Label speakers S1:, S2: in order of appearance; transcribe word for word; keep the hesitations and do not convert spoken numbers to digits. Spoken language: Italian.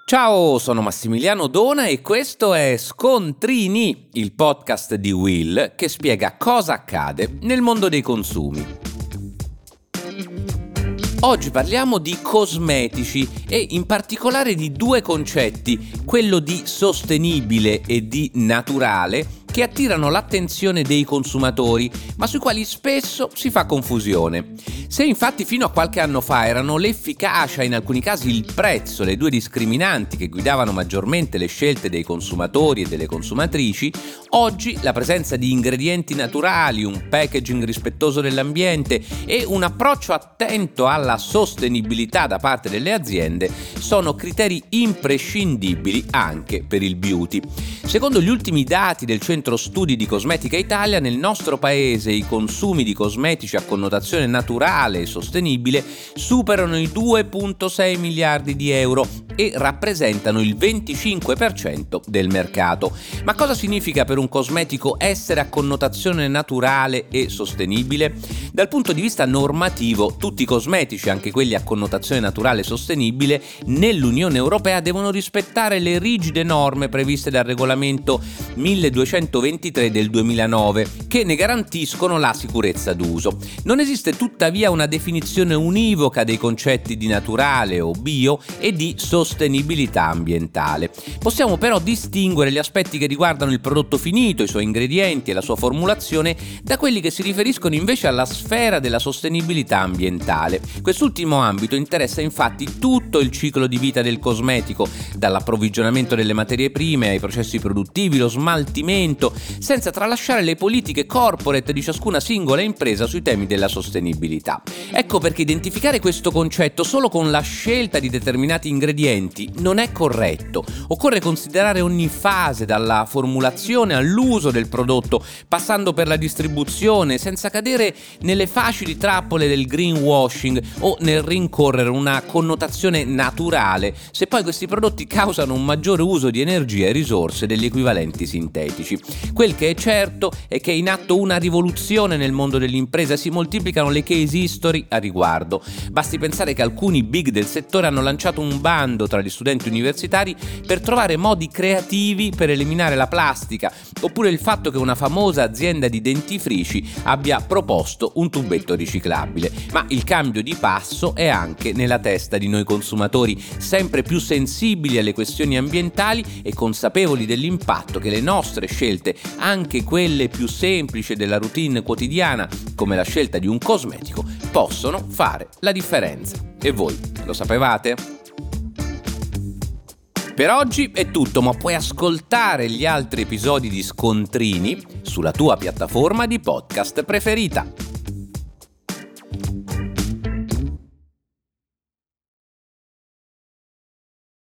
S1: Ciao, sono Massimiliano Dona e questo è Scontrini, il podcast di Will che spiega cosa accade nel mondo dei consumi. Oggi parliamo di cosmetici e in particolare di due concetti, quello di sostenibile e di naturale, che attirano l'attenzione dei consumatori, ma sui quali spesso si fa confusione. Se infatti fino a qualche anno fa erano l'efficacia e in alcuni casi il prezzo le due discriminanti che guidavano maggiormente le scelte dei consumatori e delle consumatrici, oggi la presenza di ingredienti naturali, un packaging rispettoso dell'ambiente e un approccio attento alla sostenibilità da parte delle aziende sono criteri imprescindibili anche per il beauty. Secondo gli ultimi dati del Centro Studi di Cosmetica Italia, nel nostro paese i consumi di cosmetici a connotazione naturale e sostenibile superano i due virgola sei miliardi di euro e rappresentano il venticinque per cento del mercato. Ma cosa significa per un cosmetico essere a connotazione naturale e sostenibile? Dal punto di vista normativo, tutti i cosmetici, anche quelli a connotazione naturale e sostenibile, nell'Unione Europea devono rispettare le rigide norme previste dal regolamento milleduecentoventitré del duemilanove, che ne garantiscono la sicurezza d'uso. Non esiste tuttavia una definizione univoca dei concetti di naturale o bio e di sostenibilità ambientale. Possiamo però distinguere gli aspetti che riguardano il prodotto finito, i suoi ingredienti e la sua formulazione, da quelli che si riferiscono invece alla sfera della sostenibilità ambientale. Quest'ultimo ambito interessa infatti tutto il ciclo di vita del cosmetico, dall'approvvigionamento delle materie prime ai processi produttivi, lo smaltimento, senza tralasciare le politiche corporate di ciascuna singola impresa sui temi della sostenibilità. Ecco perché identificare questo concetto solo con la scelta di determinati ingredienti non è corretto. Occorre considerare ogni fase, dalla formulazione all'uso del prodotto, passando per la distribuzione, senza cadere nelle facili trappole del greenwashing o nel rincorrere una connotazione naturale, se poi questi prodotti causano un maggiore uso di energia e risorse degli equivalenti sintetici. Quel che è certo è che è in atto una rivoluzione nel mondo dell'impresa e si moltiplicano le case history a riguardo. Basti pensare che alcuni big del settore hanno lanciato un bando tra gli studenti universitari per trovare modi creativi per eliminare la plastica, oppure il fatto che una famosa azienda di dentifrici abbia proposto un tubetto riciclabile. Ma il cambio di passo è anche nella testa di noi consumatori, sempre più sensibili alle questioni ambientali e consapevoli dell'impatto che le nostre scelte, anche quelle più semplici della routine quotidiana, come la scelta di un cosmetico, possono fare la differenza. E voi lo sapevate? Per oggi è tutto, ma puoi ascoltare gli altri episodi di Scontrini sulla tua piattaforma di podcast preferita.